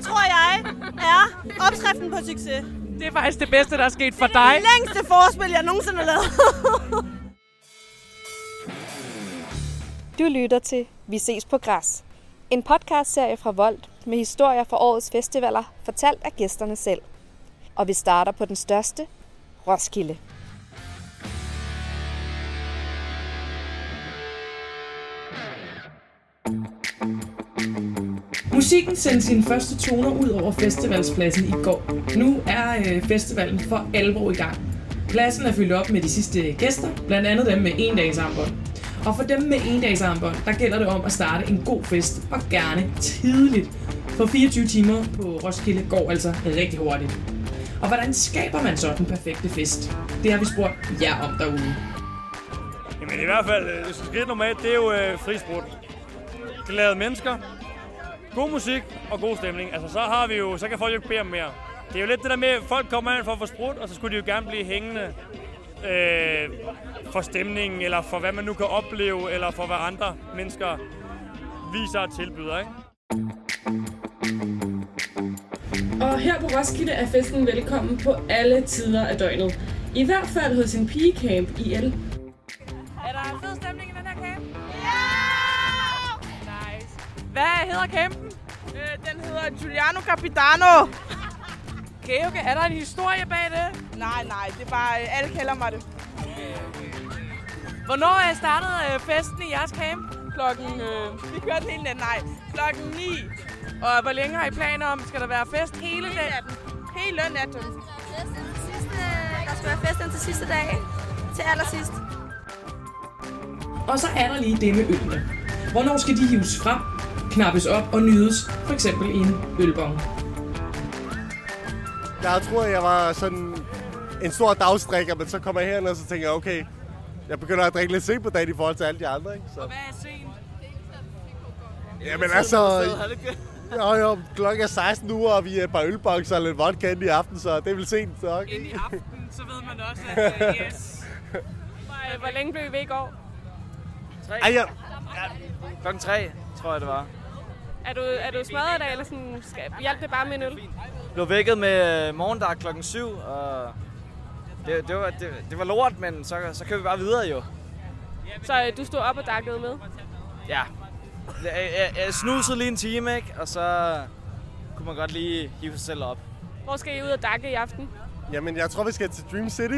tror jeg, er opskriften på succes. Det er faktisk det bedste, der er sket for dig. Det længste forspil, jeg nogensinde har lavet. Du lytter til Vi ses på græs. En podcastserie fra Volt med historier fra årets festivaler, fortalt af gæsterne selv. Og vi starter på den største, Roskilde. Musikken sendte sine første toner ud over festivalspladsen i går. Nu er festivalen for alvor i gang. Pladsen er fyldt op med de sidste gæster, blandt andet dem med en-dages armbånd. Og for dem med en-dages armbånd, der gælder det om at starte en god fest, og gerne tidligt. For 24 timer på Roskilde går altså rigtig hurtigt. Og hvordan skaber man så den perfekte fest? Det har vi spurgt jer om derude. Jamen i hvert fald, det skridt nummer 1, det er jo frisprut. Glade mennesker, god musik og god stemning. Altså så kan folk jo ikke bede om mere. Det er jo lidt det der med, at folk kommer ind for at få sprut, og så skulle de jo gerne blive hængende for stemningen, eller for hvad man nu kan opleve, eller for hvad andre mennesker viser og tilbyder, ikke? Og her på Roskilde er festen velkommen på alle tider af døgnet. I hvert fald hos en pigecamp i El. Er der fed stemning i den her camp? Ja! Nice. Hvad hedder campen? Den hedder Giuliano Capitano. Okay. Er der en historie bag det? Nej, det er bare, alle kalder mig det. Hvornår startede festen i jeres camp? Vi kørte den hele natten, klokken 9. Og hvor længe har I planer om? Skal der være fest hele dagen? Hele natten. Der skal være fest indtil sidste dag. Til allersidst. Og så er der lige det med ølene. Hvornår skal de hives frem, knappes op og nydes, for eksempel i en ølbong? Jeg troede, jeg var sådan en stor dagstrikker, men så kommer jeg herned, og så tænker jeg, okay, jeg begynder at drikke lidt sent på dagen i forhold til alle de andre, ikke? Så. Og hvad er sent? Jamen altså, jo, klokken er 16 uger, og vi er et par ølbokser og lidt vodka ind i aften, så det er vel sent. Så, okay. Ind i aften, så ved man også, at yes. Hvor længe blev I ved i går? 3. Klokken 3, tror jeg det var. Er du smadret af, eller sådan, hjælp det bare med en øl? Jeg blev vækket med morgendag klokken 7, og det var lort, men så kan vi bare videre jo. Så du stod op og dakkede med? Ja. Jeg snusede lige en time, ikke? Og så kunne man godt lige hive sig selv op. Hvor skal I ud og dakke i aften? Jamen, jeg tror, vi skal til Dream City.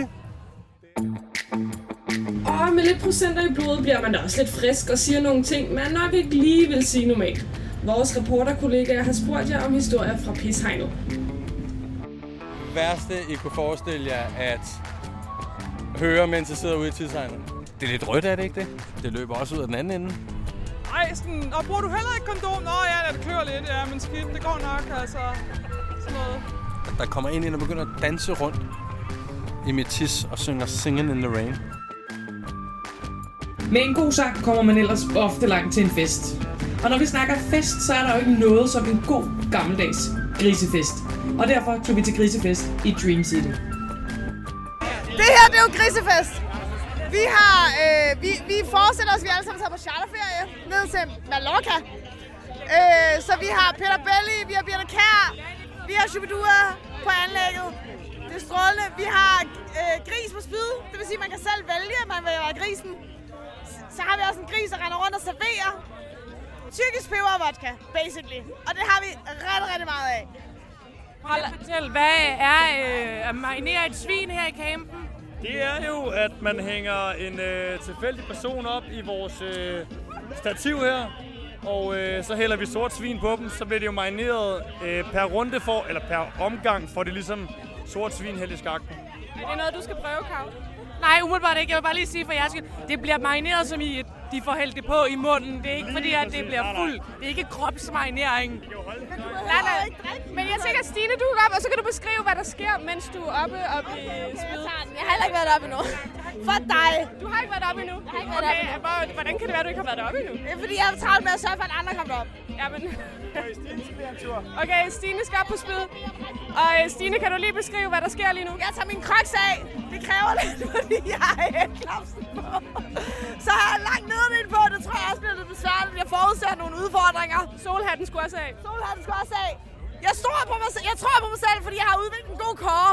Og med lidt procenter i blodet bliver man da også lidt frisk og siger nogle ting, man nok ikke lige vil sige normalt. Vores reporterkollegaer har spurgt jer om historier fra Pishegnet. Værste, I kunne forestille jer at høre, mens I sidder ude i tidshegnet. Det er lidt rødt, er det ikke det? Det løber også ud af den anden ende. Ej, sådan, og bruger du heller ikke kondom? Nå ja, det klør lidt, ja, men skidt, det går nok, altså. Sådan noget. Der kommer en ind og begynder at danse rundt i Metis og synger Singin' in the Rain. Med en god sang kommer man ellers ofte langt til en fest. Og når vi snakker fest, så er der jo ikke noget som en god gammeldags grisefest. Og derfor tog vi til grisefest i Dream City. Det her, det er jo grisefest. Vi fortsætter os, vi alle sammen tager på charterferie ned til Mallorca. Så vi har Peter Belli, vi har Birte Kjær, vi har Shubidua på anlægget. Det er strålende. Vi har gris på spyd, det vil sige, at man kan selv vælge, at man vil være grisen. Så har vi også en gris, der render rundt og serverer tyrkisk peber og vodka, basically. Og det har vi rigtig, rigtig meget af. Fortæl, hvad er at marinere et svin her i campen? Det er jo, at man hænger en tilfældig person op i vores stativ her, og så hælder vi sort svin på dem, så bliver det jo marineret per runde eller per omgang, for det ligesom sort svin hældt i skakten. Er det noget, du skal prøve, Kav? Nej, umiddelbart ikke. Jeg vil bare lige sige for jeres skyld, det bliver marineret som i, at de får hældt det på i munden. Det er ikke fordi, at det bliver fuldt. Det er ikke kropsmarinering. Nej. Men jeg tænker, Stine, du går op, og så kan du beskrive, hvad der sker, mens du er oppe i spydet. Jeg har heller ikke været deroppe endnu. For dig. Du har ikke været deroppe endnu? Jeg har ikke været deroppe endnu. Hvordan kan det være, at du ikke har været deroppe endnu? Det er fordi, jeg er travlt med at sørge for, at andre kommer derop. Jamen. Okay, Stine skal op på spydet. Og Stine, kan du lige beskrive, hvad der sker lige nu? Jeg tager min crocs af. Det kræver lidt, fordi jeg har klapsen på. Så har jeg langt neden på. Det tror jeg også bliver lidt besværligt. Jeg forudser nogle udfordringer. Solhatten skulle også af. Solhatten skulle også af. Jeg tror på mig selv, fordi jeg har udviklet en god kåre.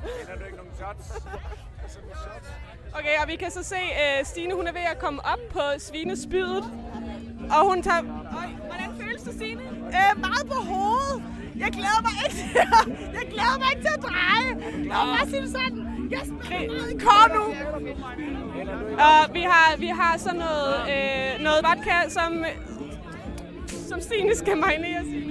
Okay, og vi kan så se, Stine hun er ved at komme op på svinespydet. Og hun tager... Hvordan føles det, Stine? Meget på hovedet. Jeg glæder mig ikke til at dreje. Jeg vil bare sige det sådan. Jeg spiller meget i kår nu. Og vi har så noget vodka, som Stine skal marineres i.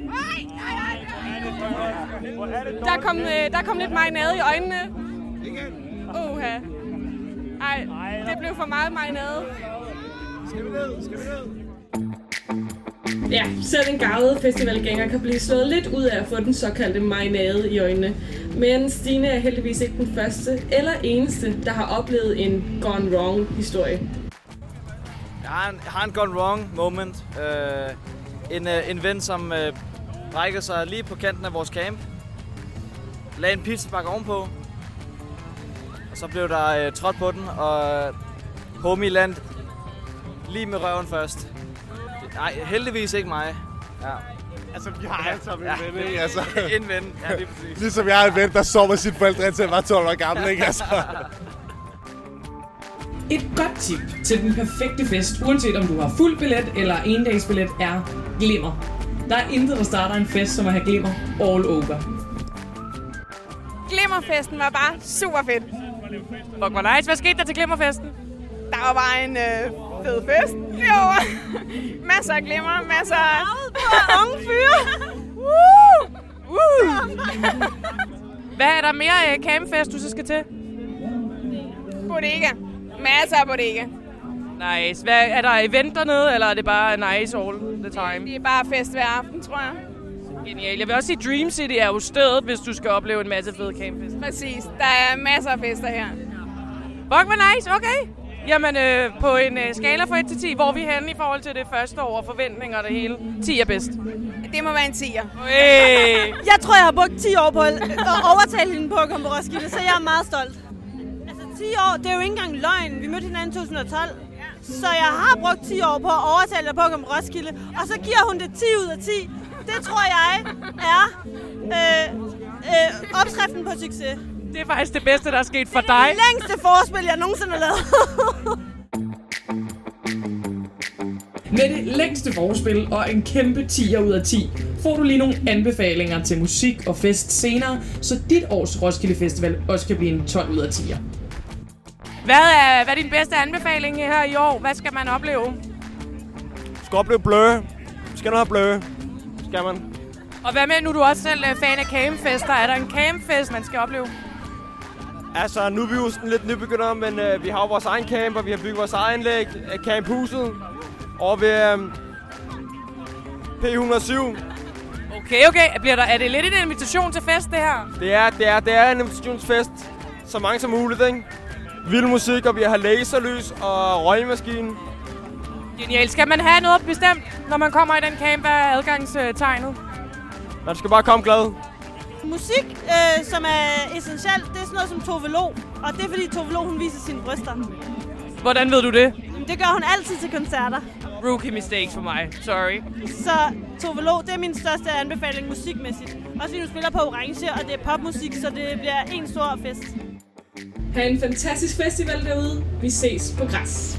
Der kom lidt marinade i øjnene. Oha. Ej, det blev for meget marinade. Skal vi ned? Ja, selv en garvet festivalgænger kan blive slået lidt ud af at få den såkaldte marinade i øjnene. Men Stine er heldigvis ikke den første eller eneste, der har oplevet en gone wrong historie. Jeg har en gone wrong moment. En ven, som brækkede sig lige på kanten af vores camp. Lagde en pizzabakke ovenpå. Og så blev der trådt på den, og homie landede lige med røven først. Nej, heldigvis ikke mig. Ja. Altså, vi har alle sammen en ven, ikke? Altså. En ven, ja, lige præcis. Ligesom jeg har en ven, der så med sine forældre, indtil han var 12 år gammel, ikke? Altså. Et godt tip til den perfekte fest, uanset om du har fuld billet eller endagsbillet, er glimmer. Der er intet, der starter en fest, som at have glimmer all over. Glimmerfesten var bare super fedt. Fuck, hvor nice. Hvad skete der til glimmerfesten? Der var bare en fed fest derovre. Masser af glimmer, masser af unge fyre. Hvad er der mere campfest, du så skal til? Bodega. Masser af bodega. Nice. Er der event dernede, eller er det bare nice all the time? Det er bare fest hver aften, tror jeg. Genial. Jeg vil også sige, Dream City er jo stedet, hvis du skal opleve en masse fede campfest. Præcis. Der er masser af fester her. Fuck, hvor nice. Okay. Jamen, på en skala fra 1 til 10, hvor er vi henne i forhold til det første år og forventninger og det hele? 10 er bedst. Det må være en 10'er. Jeg tror, jeg har brugt 10 år på at overtale hende på at komme på Roskilde, så jeg er meget stolt. Altså 10 år, det er jo ikke engang løgn. Vi mødte hinanden i 2012. Så jeg har brugt 10 år på at overtale dig på at komme på Roskilde, og så giver hun det 10 ud af 10. Det tror jeg er opskriften på succes. Det er faktisk det bedste, der er sket for dig. Det er det længste forspil, jeg nogensinde har lavet. Med det længste forspil og en kæmpe 10'er ud af 10, får du lige nogle anbefalinger til musik og fest senere, så dit års Roskilde Festival også kan blive en 12 ud af 10'er. Hvad er din bedste anbefaling her i år? Hvad skal man opleve? Du skal opleve Blø. Skal du have Blø? Skal man. Og hvad med, nu er du også selv fan af campfester? Er der en campfest, man skal opleve? Altså, nu er vi jo sådan lidt nybegyndere, men vi har jo vores egen camp, og vi har bygget vores egen anlæg, camphuset, over ved P107. Okay. Er det lidt en invitation til fest, det her? Det er en invitationsfest. Så mange som muligt, ikke? Vild musik, og vi har laserlys og røgmaskine. Genialt. Skal man have noget bestemt, når man kommer i den camp? Hvad er adgangstegnet? Man skal bare komme glad. Musik, som er essentielt, det er sådan noget som Tove Lo. Og det er fordi Tove Lo, hun viser sine bryster. Hvordan ved du det? Det gør hun altid til koncerter. Rookie mistakes for mig. Sorry. Så Tove Lo, det er min største anbefaling musikmæssigt. Også fordi hun spiller på Orange, og det er popmusik, så det bliver en stor fest. Ha' en fantastisk festival derude. Vi ses på græs.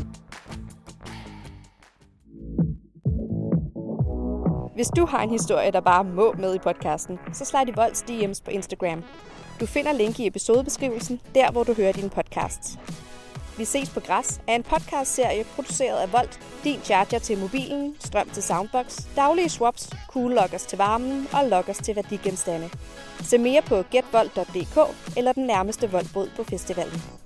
Hvis du har en historie, der bare må med i podcasten, så slide i Volds DM's på Instagram. Du finder link i episodebeskrivelsen, der hvor du hører dine podcasts. Vi ses på græs er en podcastserie produceret af Volt, din charger til mobilen, strøm til soundbox, daglige swaps, cool lockers til varmen og lockers til værdigenstande. Se mere på getvolt.dk eller den nærmeste Voltbod på festivalen.